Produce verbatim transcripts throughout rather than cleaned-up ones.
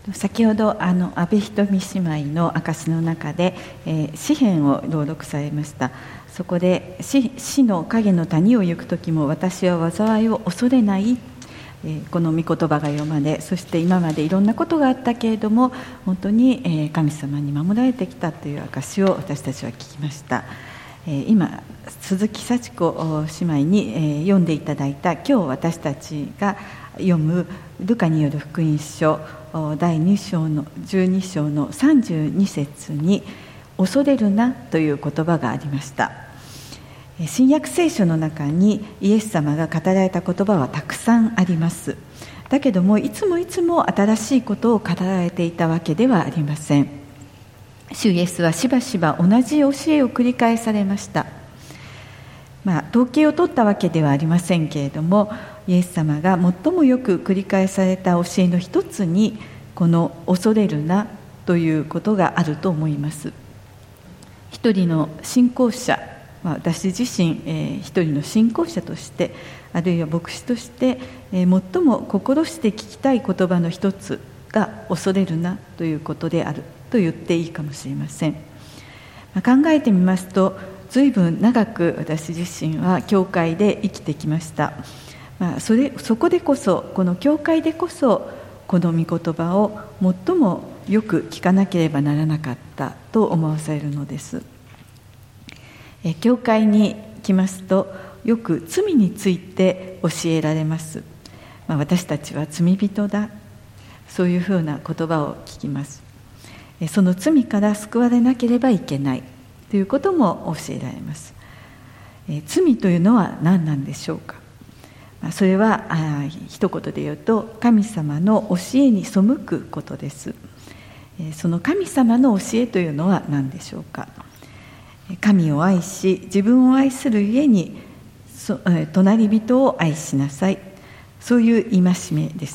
先ほどあの阿部ひとみ姉妹の証の中で、えー、詩編を朗読されました。そこで 死, 死の影の谷を行く時も私は災いを恐れない、えー、この御言葉が読まれ、そして今までいろんなことがあったけれども本当に、えー、神様に守られてきたという証を私たちは聞きました。えー、今鈴木幸子姉妹に、えー、読んでいただいた今日私たちが読むルカによる福音書だいに章のじゅうに章のさんじゅうに節に恐れるなという言葉がありました。新約聖書の中にイエス様が語られた言葉はたくさんあります。だけどもいつもいつも新しいことを語られていたわけではありません。主イエスはしばしば同じ教えを繰り返されました。まあ、統計を取ったわけではありませんけれども、イエス様が最もよく繰り返された教えの一つにこの恐れるなということがあると思います。一人の信仰者、まあ、私自身、えー、一人の信仰者としてあるいは牧師として、えー、最も心して聞きたい言葉の一つが恐れるなということであると言っていいかもしれません。まあ、考えてみますと随分長く私自身は教会で生きてきました。まあ、それそこでこそこの教会でこそこの御言葉を最もよく聞かなければならなかったと思わされるのです。え教会に来ますとよく罪について教えられます。まあ、私たちは罪人だ、そういうふうな言葉を聞きます。えその罪から救われなければいけないということも教えられます。え罪というのは何なんでしょうか。それはあ一言で言うと神様の教えに背くことです。その神様の教えというのは何でしょうか。神を愛し自分を愛するゆえに隣人を愛しなさい、そういう戒めです。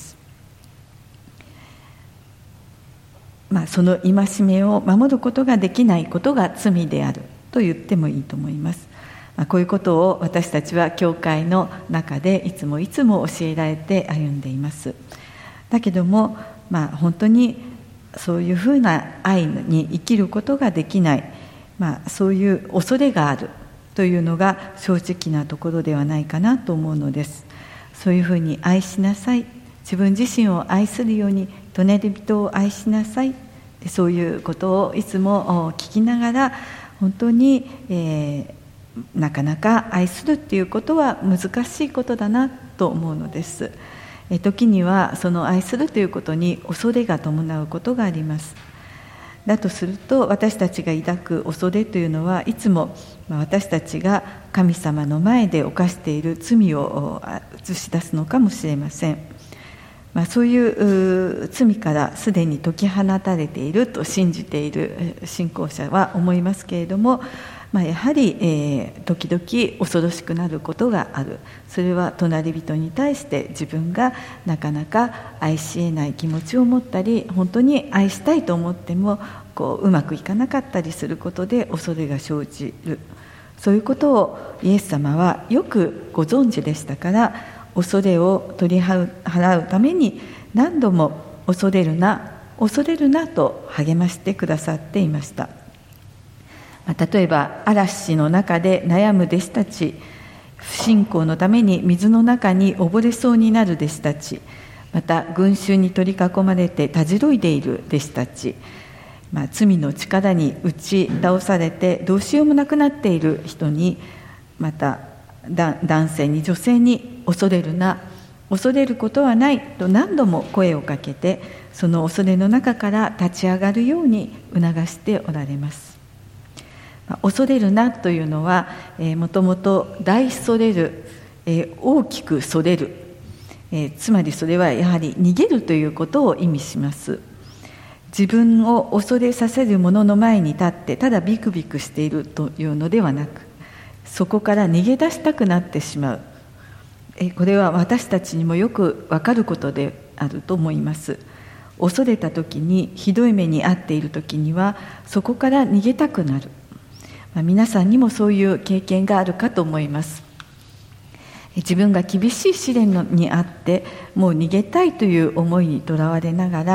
まあ、その戒めを守ることができないことが罪であると言ってもいいと思います。まあ、こういうことを私たちは教会の中でいつもいつも教えられて歩んでいます。だけども、まあ、本当にそういうふうな愛に生きることができない、まあ、そういう恐れがあるというのが正直なところではないかなと思うのです。そういうふうに愛しなさい、自分自身を愛するように隣人を愛しなさい、そういうことをいつも聞きながら本当に、えーなかなか愛するっていうことは難しいことだなと思うのです。え時にはその愛するということに恐れが伴うことがあります。だとすると私たちが抱く恐れというのはいつも私たちが神様の前で犯している罪を映し出すのかもしれません。まあ、そういう罪からすでに解き放たれていると信じている信仰者は思いますけれども、まあ、やはり、えー、時々恐ろしくなることがある。それは隣人に対して自分がなかなか愛し得ない気持ちを持ったり、本当に愛したいと思ってもこううまくいかなかったりすることで恐れが生じる。そういうことをイエス様はよくご存知でしたから、恐れを取り払うために何度も恐れるな恐れるなと励ましてくださっていました。例えば嵐の中で悩む弟子たち、不信仰のために水の中に溺れそうになる弟子たち、また群衆に取り囲まれてたじろいでいる弟子たち、まあ、罪の力に打ち倒されてどうしようもなくなっている人に、また男性に女性に恐れるな、恐れることはないと何度も声をかけて、その恐れの中から立ち上がるように促しておられます。恐れるなというのは、えー、もともと大それる、えー、大きくそれる、えー、つまりそれはやはり逃げるということを意味します。自分を恐れさせるものの前に立ってただビクビクしているというのではなく、そこから逃げ出したくなってしまう。えー、これは私たちにもよくわかることであると思います。恐れた時に、ひどい目に遭っている時にはそこから逃げたくなる。皆さんにもそういう経験があるかと思います。自分が厳しい試練にあってもう逃げたいという思いにとらわれながら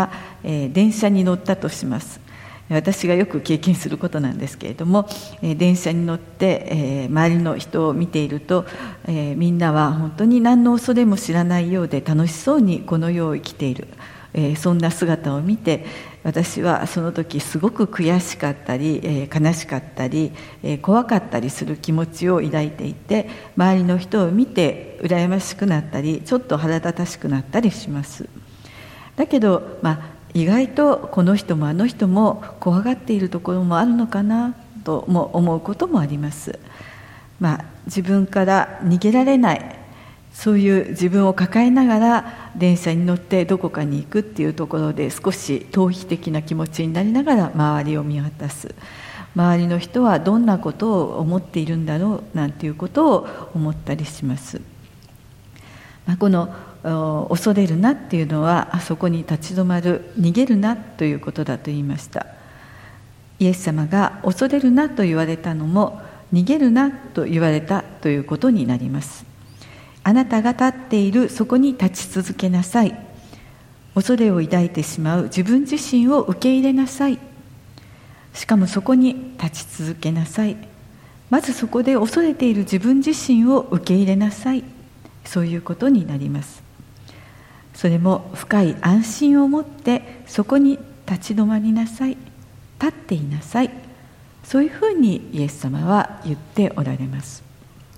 えー、電車に乗ったとします。私がよく経験することなんですけれども、えー、電車に乗って、えー、周りの人を見ていると、えー、みんなは本当に何の恐れも知らないようで楽しそうにこの世を生きている、えー、そんな姿を見て、私はその時すごく悔しかったり、えー、悲しかったり、えー、怖かったりする気持ちを抱いていて、周りの人を見て羨ましくなったり、ちょっと腹立たしくなったりします。だけど、まあ、意外とこの人もあの人も怖がっているところもあるのかなとも思うこともあります。まあ、自分から逃げられない、そういう自分を抱えながら電車に乗ってどこかに行くっていうところで、少し逃避的な気持ちになりながら周りを見渡す。周りの人はどんなことを思っているんだろうなんていうことを思ったりします。まあ、この恐れるなっていうのは、あそこに立ち止まる、逃げるなということだと言いました。イエス様が恐れるなと言われたのも、逃げるなと言われたということになります。あなたが立っているそこに立ち続けなさい。恐れを抱いてしまう自分自身を受け入れなさい。しかもそこに立ち続けなさい。まずそこで恐れている自分自身を受け入れなさい。そういうことになります。それも深い安心を持ってそこに立ち止まりなさい。立っていなさい。そういうふうにイエス様は言っておられます。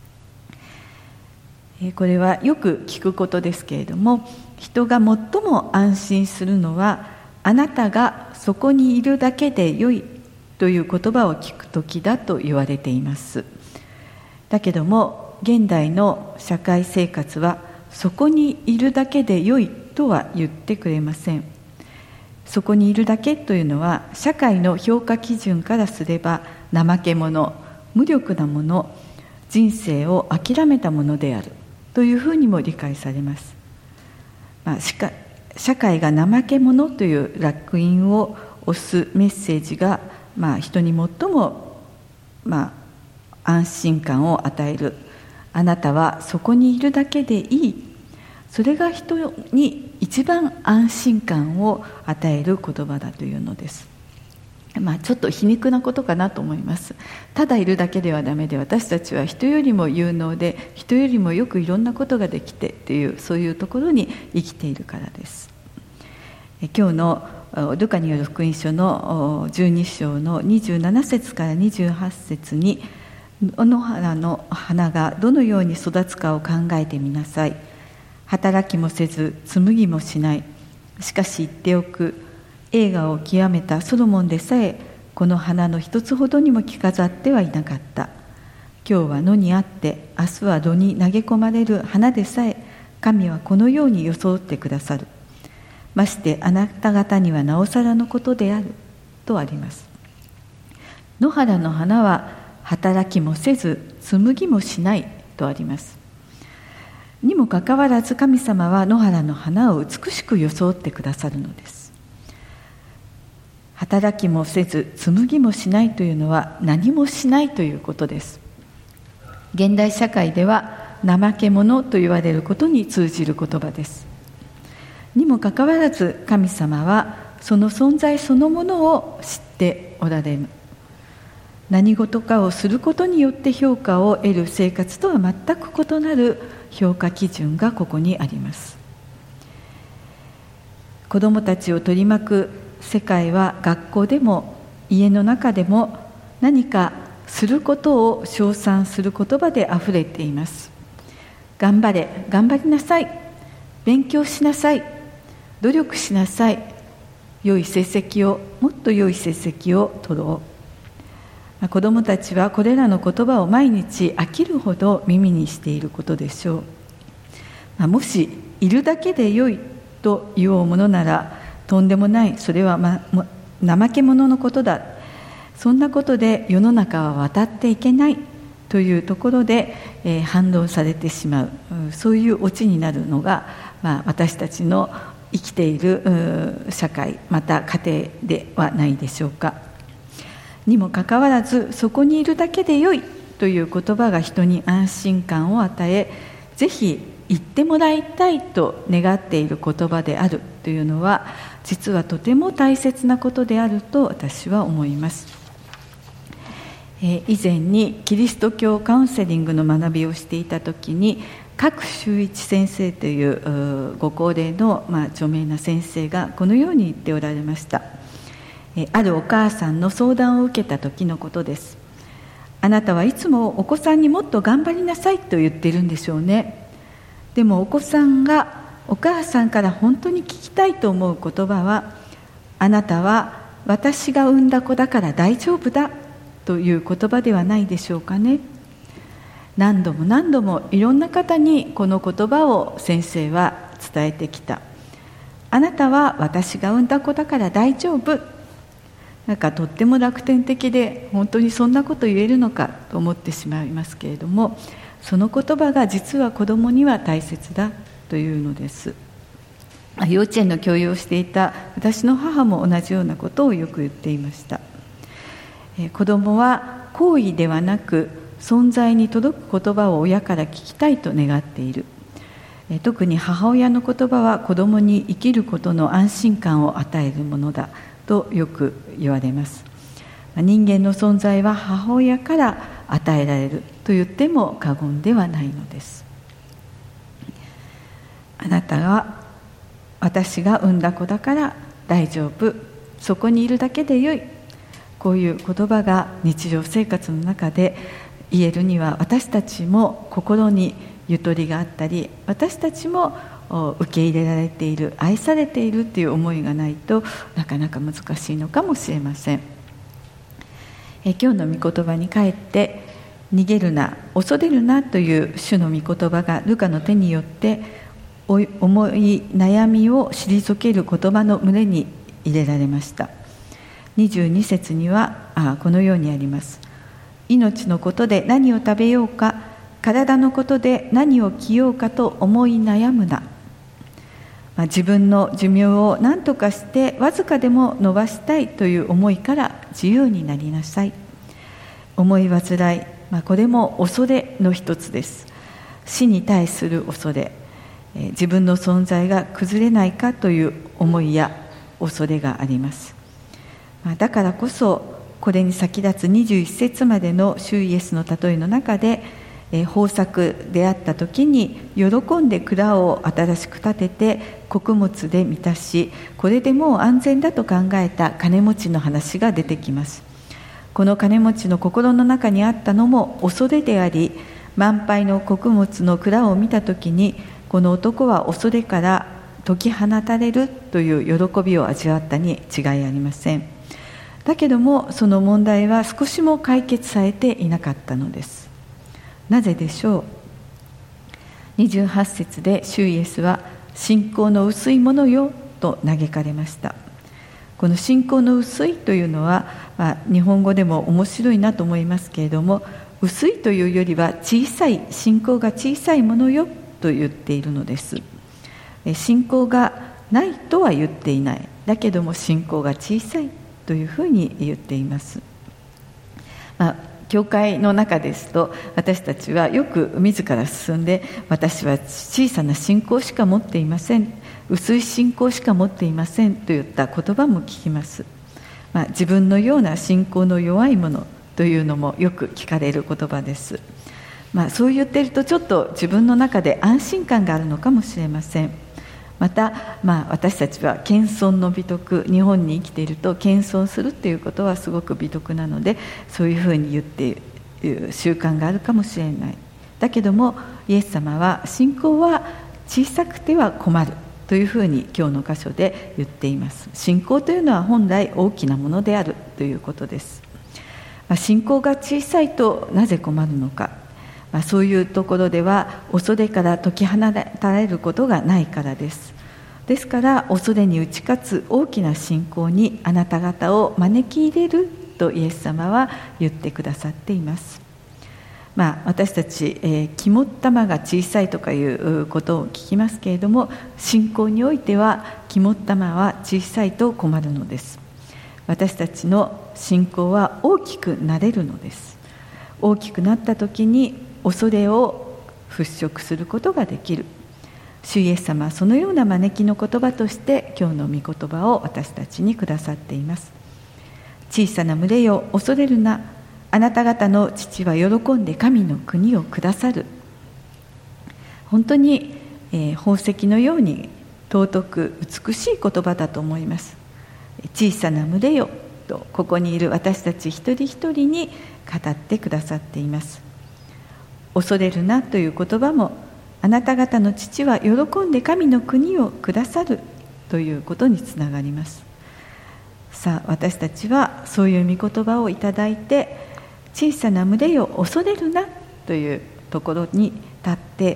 これはよく聞くことですけれども、人が最も安心するのは、あなたがそこにいるだけでよいという言葉を聞くときだと言われています。だけども現代の社会生活はそこにいるだけでよいとは言ってくれません。そこにいるだけというのは、社会の評価基準からすれば怠け者、無力なもの、人生を諦めたものであるというふうにも理解されます。まあ、しか社会が怠け者という烙印を押すメッセージが、まあ、人に最も、まあ、安心感を与える。あなたはそこにいるだけでいい。それが人に一番安心感を与える言葉だというのです。まあ、ちょっと皮肉なことかなと思います。ただいるだけではダメで、私たちは人よりも有能で、人よりもよくいろんなことができてという、そういうところに生きているからです。今日のルカによる福音書のじゅうに章のにじゅうなな節からにじゅうはち節に、野原の花がどのように育つかを考えてみなさい。働きもせず紡ぎもしない。しかし言っておく、栄華を極めたソロモンでさえこの花の一つほどにも着飾ってはいなかった。今日は野にあって明日は炉に投げ込まれる花でさえ、神はこのように装ってくださる。ましてあなた方にはなおさらのことであるとあります。野原の花は働きもせず紡ぎもしないとあります。にもかかわらず神様は野原の花を美しく装ってくださるのです。働きもせず紡ぎもしないというのは何もしないということです。現代社会では怠け者と言われることに通じる言葉です。にもかかわらず神様はその存在そのものを知っておられる。何事かをすることによって評価を得る生活とは全く異なる評価基準がここにあります。子どもたちを取り巻く世界は、学校でも家の中でも何かすることを称賛する言葉であふれています。頑張れ、頑張りなさい、勉強しなさい、努力しなさい、良い成績を、もっと良い成績を取ろう。子どもたちはこれらの言葉を毎日飽きるほど耳にしていることでしょう。もしいるだけで良いと言おうものなら、とんでもない、それは、ま、怠け者のことだ、そんなことで世の中は渡っていけないというところで、えー、反論されてしまう、そういうオチになるのが、まあ、私たちの生きている社会、また家庭ではないでしょうか。にもかかわらず、そこにいるだけでよいという言葉が人に安心感を与え、ぜひ言ってもらいたいと願っている言葉であるというのは実はとても大切なことであると私は思います。えー、以前にキリスト教カウンセリングの学びをしていた時に、郭修一先生というご高齢の、まあ、著名な先生がこのように言っておられました。えー、あるお母さんの相談を受けた時のことです。あなたはいつもお子さんにもっと頑張りなさいと言っているんでしょうね。でもお子さんがお母さんから本当に聞きたいと思う言葉は、あなたは私が産んだ子だから大丈夫だという言葉ではないでしょうかね。何度も何度もいろんな方にこの言葉を先生は伝えてきた。あなたは私が産んだ子だから大丈夫。なんかとっても楽天的で、本当にそんなこと言えるのかと思ってしまいますけれども、その言葉が実は子どもには大切だというのです。幼稚園の教諭をしていた私の母も同じようなことをよく言っていました。え子どもは行為ではなく存在に届く言葉を親から聞きたいと願っている。え特に母親の言葉は子どもに生きることの安心感を与えるものだとよく言われます。人間の存在は母親から与えられると言っても過言ではないのです。あなたは私が産んだ子だから大丈夫、そこにいるだけでよい、こういう言葉が日常生活の中で言えるには、私たちも心にゆとりがあったり、私たちも受け入れられている、愛されているという思いがないとなかなか難しいのかもしれません。え今日の御言葉に帰って、逃げるな、恐れるなという主の御言葉がルカの手によって思い悩みを退ける言葉の胸に入れられました。にじゅうに節にはあこのようにあります。命のことで何を食べようか、体のことで何を着ようかと思い悩むな。まあ、自分の寿命を何とかしてわずかでも伸ばしたいという思いから自由になりなさい。思い煩い、まあ、これも恐れの一つです。死に対する恐れ、えー、自分の存在が崩れないかという思いや恐れがあります。まあ、だからこそこれに先立つにじゅういち節までの主イエスの例えの中で、えー、豊作であった時に喜んで蔵を新しく建てて穀物で満たし、これでもう安全だと考えた金持ちの話が出てきます。この金持ちの心の中にあったのも恐れであり、満杯の穀物の蔵を見た時にこの男は恐れから解き放たれるという喜びを味わったに違いありません。だけどもその問題は少しも解決されていなかったのです。なぜでしょう。にじゅうはち節で主イエスは信仰の薄いものよと嘆かれました。この信仰の薄いというのは、まあ、日本語でも面白いなと思いますけれども、薄いというよりは小さい、信仰が小さいものよと言っているのです。信仰がないとは言っていない。だけども信仰が小さいというふうに言っています。まあ教会の中ですと、私たちはよく自ら進んで、私は小さな信仰しか持っていません、薄い信仰しか持っていませんといった言葉も聞きます。まあ、自分のような信仰の弱いものというのもよく聞かれる言葉です。まあ、そう言っているとちょっと自分の中で安心感があるのかもしれません。また、まあ、私たちは謙遜の美徳、日本に生きていると謙遜するっていうことはすごく美徳なので、そういうふうに言っている習慣があるかもしれない。だけどもイエス様は信仰は小さくては困るというふうに今日の箇所で言っています。信仰というのは本来大きなものであるということです。まあ、信仰が小さいとなぜ困るのか、まあ、そういうところでは恐れから解き放たれることがないからです。ですから恐れに打ち勝つ大きな信仰にあなた方を招き入れるとイエス様は言ってくださっています。まあ、私たち、えー、肝っ玉が小さいとかいうことを聞きますけれども、信仰においては肝っ玉は小さいと困るのです。私たちの信仰は大きくなれるのです。大きくなった時に恐れを払拭することができる。 主イエス様はそのような招きの言葉として今日の御言葉を私たちにくださっています。小さな群れよ、恐れるな。あなた方の父は喜んで神の国をくださる。本当に、えー、宝石のように尊く美しい言葉だと思います。小さな群れよと、ここにいる私たち一人一人に語ってくださっています。恐れるなという言葉も、あなた方の父は喜んで神の国をくださるということにつながります。さあ、私たちはそういう御言葉をいただいて、小さな群れよ、恐れるなというところに立って、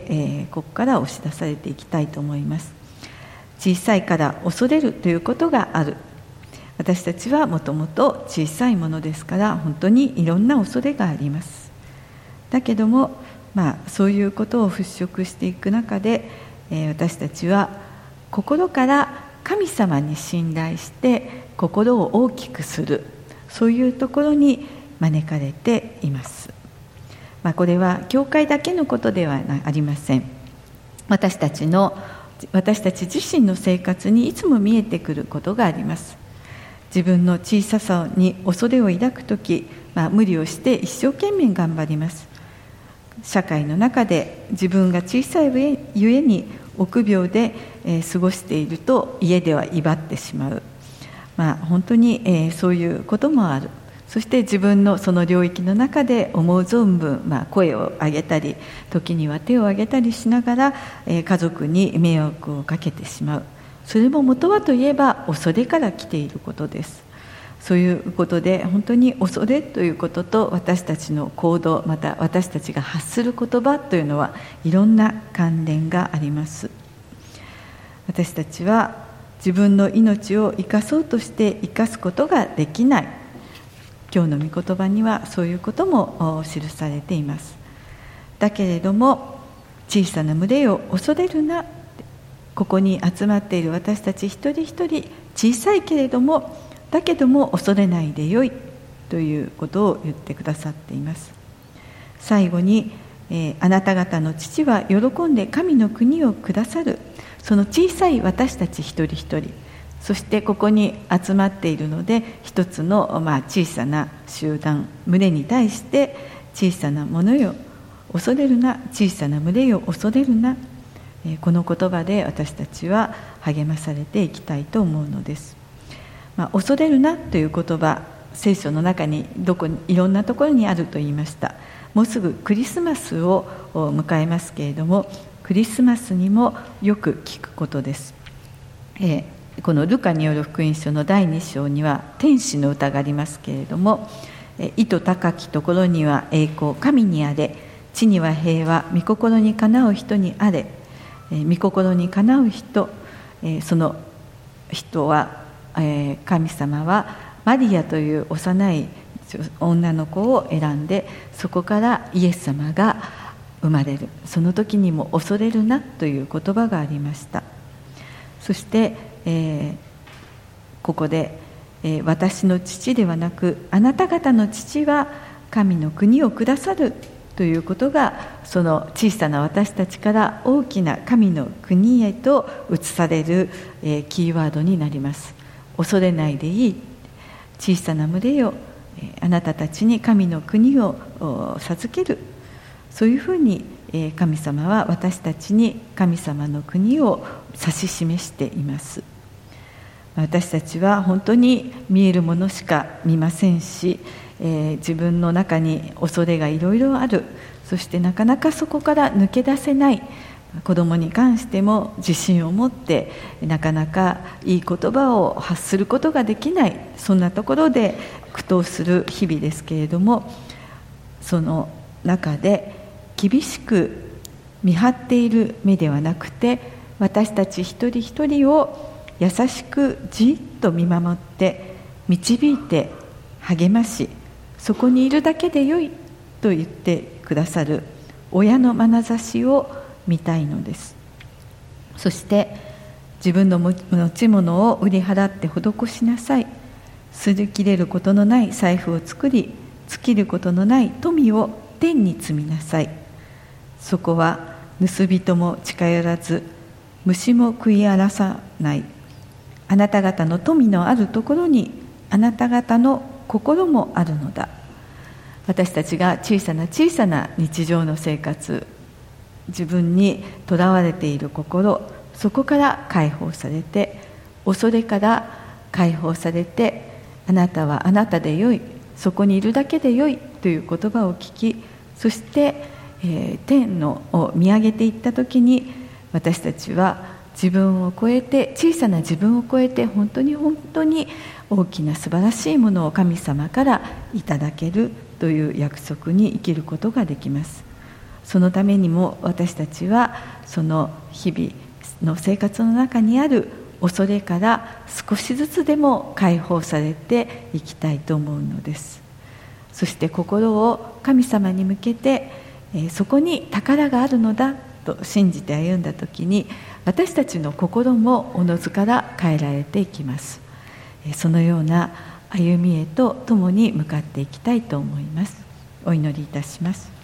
えー、ここから押し出されていきたいと思います。小さいから恐れるということがある。私たちはもともと小さいものですから、本当にいろんな恐れがあります。だけども、まあ、そういうことを払拭していく中で、えー、私たちは心から神様に信頼して心を大きくする、そういうところに招かれています。まあ、これは教会だけのことではありません。私たちの私たち自身の生活にいつも見えてくることがあります。自分の小ささに恐れを抱くとき、まあ、無理をして一生懸命頑張ります。社会の中で自分が小さいゆえに臆病で、えー、過ごしていると家では威張ってしまう、まあ、本当に、えー、そういうこともある。そして自分のその領域の中で思う存分、まあ、声を上げたり、時には手を挙げたりしながら、えー、家族に迷惑をかけてしまう。それも元はといえば恐れから来ていることです。そういうことで、本当に恐れということと私たちの行動、また私たちが発する言葉というのはいろんな関連があります。私たちは自分の命を生かそうとして生かすことができない。今日の御言葉にはそういうことも記されています。だけれども、小さな群れを恐れるな。ここに集まっている私たち一人一人、小さいけれどもだけども恐れないでよいということを言ってくださっています。最後に、えー、あなた方の父は喜んで神の国をくださる。その小さい私たち一人一人、そしてここに集まっているので一つの、まあ、小さな集団、群れに対して、小さなものよ恐れるな、小さな群れよ恐れるな、えー、この言葉で私たちは励まされていきたいと思うのです。まあ、恐れるなという言葉、聖書の中にどこにいろんなところにあると言いました。もうすぐクリスマスを迎えますけれども、クリスマスにもよく聞くことです。えー、このルカによる福音書のだいに章には天使の歌がありますけれども、意図高きところには栄光、神にあれ、地には平和、御心にかなう人にあれ。えー、御心にかなう人、えー、その人は神様はマリアという幼い女の子を選んで、そこからイエス様が生まれる。その時にも恐れるなという言葉がありました。そして、えー、ここで、えー、私の父ではなくあなた方の父は神の国をくださるということが、その小さな私たちから大きな神の国へと移される、えー、キーワードになります。恐れないでいい、小さな群れよ、あなたたちに神の国を授ける。そういうふうに神様は私たちに神様の国を指し示しています。私たちは本当に見えるものしか見ませんし、えー、自分の中に恐れがいろいろある。そしてなかなかそこから抜け出せない。子供に関しても自信を持ってなかなかいい言葉を発することができない、そんなところで苦闘する日々ですけれども、その中で厳しく見張っている目ではなくて、私たち一人一人を優しくじっと見守って導いて励まし、そこにいるだけでよいと言ってくださる親の眼差しを見たいのです。そして自分の持ち物を売り払って施しなさい。擦り切れることのない財布を作り、尽きることのない富を天に積みなさい。そこは盗人も近寄らず、 虫も食い荒らさない。あなた方の富のあるところにあなた方の心もあるのだ。私たちが小さな小さな日常の生活、自分にとらわれている心、そこから解放されて、恐れから解放されて、あなたはあなたでよい、そこにいるだけでよいという言葉を聞き、そして、えー、天のを見上げていったときに、私たちは自分を超えて、小さな自分を超えて、本当に本当に大きな素晴らしいものを神様からいただけるという約束に生きることができます。そのためにも私たちはその日々の生活の中にある恐れから少しずつでも解放されていきたいと思うのです。そして心を神様に向けて、えー、そこに宝があるのだと信じて歩んだときに、私たちの心もおのずから変えられていきます。そのような歩みへと共に向かっていきたいと思います。お祈りいたします。